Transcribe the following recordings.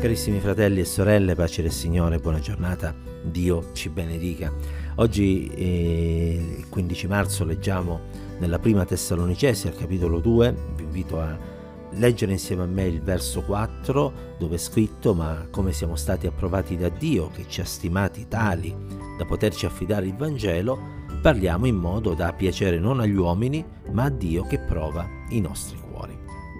Carissimi fratelli e sorelle, pace del Signore, buona giornata, Dio ci benedica. Oggi, il 15 marzo, leggiamo nella prima Tessalonicesi, al capitolo 2, vi invito a leggere insieme a me il verso 4, dove è scritto: ma come siamo stati approvati da Dio, che ci ha stimati tali da poterci affidare il Vangelo, parliamo in modo da piacere non agli uomini, ma a Dio che prova i nostri cuori.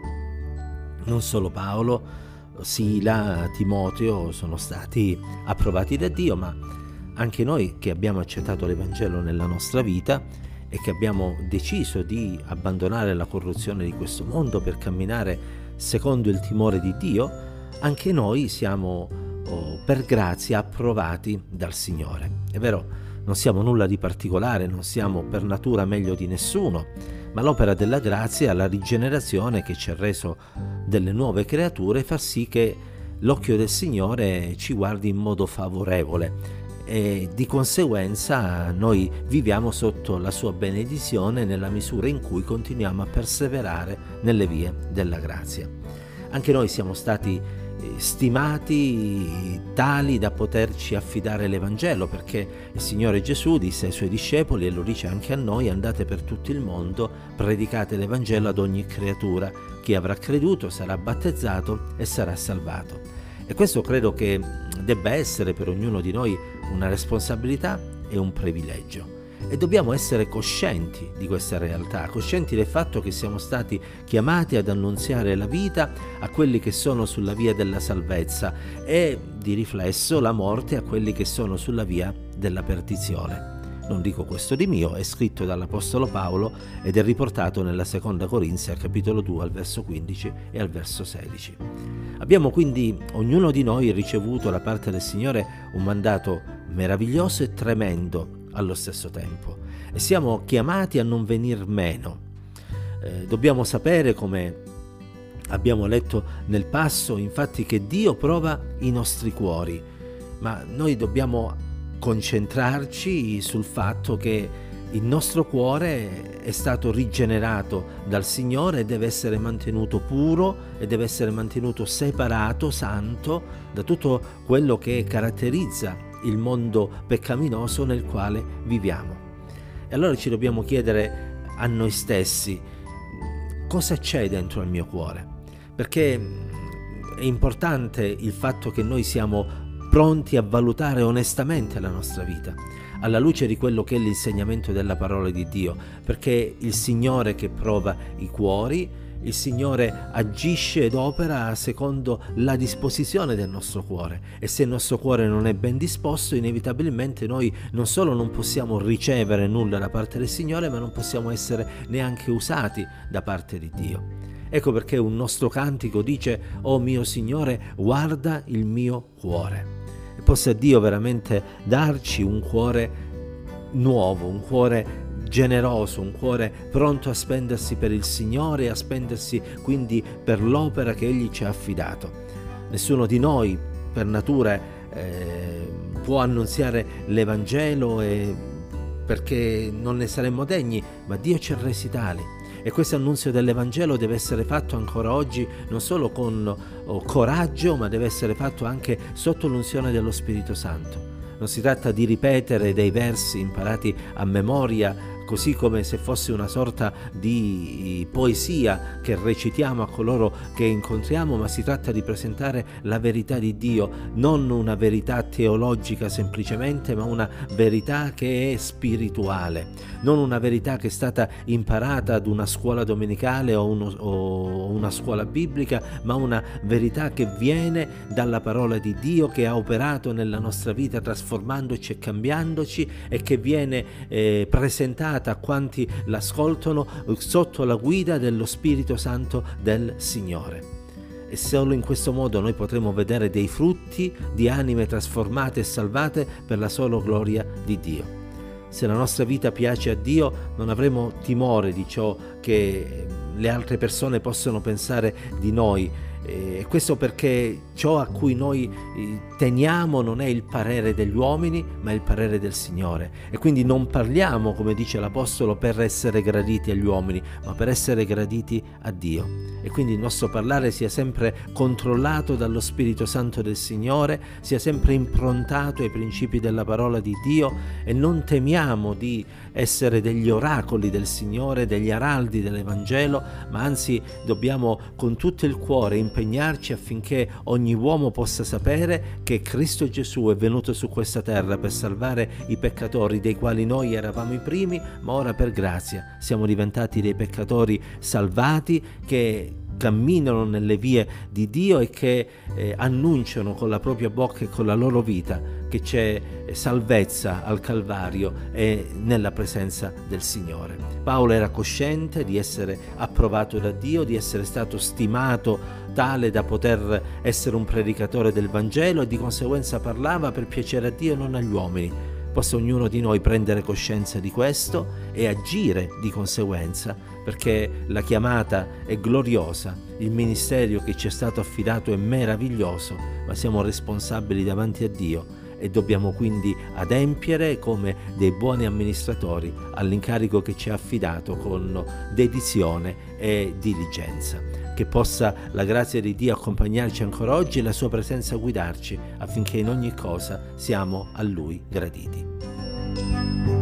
Non solo Paolo, Sila, Timoteo sono stati approvati da Dio, ma anche noi che abbiamo accettato l'Evangelo nella nostra vita e che abbiamo deciso di abbandonare la corruzione di questo mondo per camminare secondo il timore di Dio, anche noi siamo per grazia approvati dal Signore. È vero, non siamo nulla di particolare, non siamo per natura meglio di nessuno, ma l'opera della grazia, la rigenerazione che ci ha reso delle nuove creature, fa sì che l'occhio del Signore ci guardi in modo favorevole e di conseguenza noi viviamo sotto la sua benedizione nella misura in cui continuiamo a perseverare nelle vie della grazia. Anche noi siamo stati stimati tali da poterci affidare l'Evangelo, perché il Signore Gesù disse ai Suoi discepoli, e lo dice anche a noi: andate per tutto il mondo, predicate l'Evangelo ad ogni creatura, chi avrà creduto sarà battezzato e sarà salvato. E questo credo che debba essere per ognuno di noi una responsabilità e un privilegio. E dobbiamo essere coscienti di questa realtà, coscienti del fatto che siamo stati chiamati ad annunziare la vita a quelli che sono sulla via della salvezza e di riflesso la morte a quelli che sono sulla via della perdizione. Non dico questo di mio, è scritto dall'Apostolo Paolo ed è riportato nella seconda Corinzi al capitolo 2 al verso 15 e al verso 16. Abbiamo quindi ognuno di noi ricevuto da parte del Signore un mandato meraviglioso e tremendo allo stesso tempo, e siamo chiamati a non venir meno. Dobbiamo sapere, come abbiamo letto nel passo, infatti, che Dio prova i nostri cuori, ma noi dobbiamo concentrarci sul fatto che il nostro cuore è stato rigenerato dal Signore e deve essere mantenuto puro e deve essere mantenuto separato, santo da tutto quello che caratterizza il mondo peccaminoso nel quale viviamo. E allora ci dobbiamo chiedere a noi stessi: cosa c'è dentro il mio cuore? Perché è importante il fatto che noi siamo pronti a valutare onestamente la nostra vita alla luce di quello che è l'insegnamento della parola di Dio, perché il Signore che prova i cuori, il Signore agisce ed opera secondo la disposizione del nostro cuore, e se il nostro cuore non è ben disposto, inevitabilmente noi non solo non possiamo ricevere nulla da parte del Signore, ma non possiamo essere neanche usati da parte di Dio. Ecco perché un nostro cantico dice: «Oh mio Signore, guarda il mio cuore». E possa Dio veramente darci un cuore nuovo, un cuore generoso, un cuore pronto a spendersi per il Signore e a spendersi quindi per l'opera che Egli ci ha affidato. Nessuno di noi per natura può annunziare l'Evangelo perché non ne saremmo degni, ma Dio ci ha resi tali. E questo annunzio dell'Evangelo deve essere fatto ancora oggi non solo con coraggio, ma deve essere fatto anche sotto l'unzione dello Spirito Santo. Non si tratta di ripetere dei versi imparati a memoria, così come se fosse una sorta di poesia che recitiamo a coloro che incontriamo, ma si tratta di presentare la verità di Dio, non una verità teologica semplicemente, ma una verità che è spirituale, non una verità che è stata imparata ad una scuola domenicale o una scuola biblica, ma una verità che viene dalla parola di Dio, che ha operato nella nostra vita trasformandoci e cambiandoci, e che viene presentata a quanti l'ascoltano sotto la guida dello Spirito Santo del Signore. E solo in questo modo noi potremo vedere dei frutti di anime trasformate e salvate per la sola gloria di Dio. Se la nostra vita piace a Dio, non avremo timore di ciò che le altre persone possono pensare di noi, Questo perché ciò a cui noi teniamo non è il parere degli uomini, ma è il parere del Signore. E quindi non parliamo, come dice l'Apostolo, per essere graditi agli uomini, ma per essere graditi a Dio. E quindi il nostro parlare sia sempre controllato dallo Spirito Santo del Signore, sia sempre improntato ai principi della parola di Dio, e non temiamo di essere degli oracoli del Signore, degli araldi dell'Evangelo, ma anzi dobbiamo con tutto il cuore impegnarci affinché ogni uomo possa sapere che Cristo Gesù è venuto su questa terra per salvare i peccatori, dei quali noi eravamo i primi, ma ora per grazia siamo diventati dei peccatori salvati che camminano nelle vie di Dio e che annunciano con la propria bocca e con la loro vita che c'è salvezza al Calvario e nella presenza del Signore. Paolo era cosciente di essere approvato da Dio, di essere stato stimato tale da poter essere un predicatore del Vangelo, e di conseguenza parlava per piacere a Dio e non agli uomini. Possa ognuno di noi prendere coscienza di questo e agire di conseguenza, perché la chiamata è gloriosa, il ministero che ci è stato affidato è meraviglioso, ma siamo responsabili davanti a Dio e dobbiamo quindi adempiere come dei buoni amministratori all'incarico che ci ha affidato con dedizione e diligenza. Che possa la grazia di Dio accompagnarci ancora oggi e la sua presenza guidarci affinché in ogni cosa siamo a Lui graditi.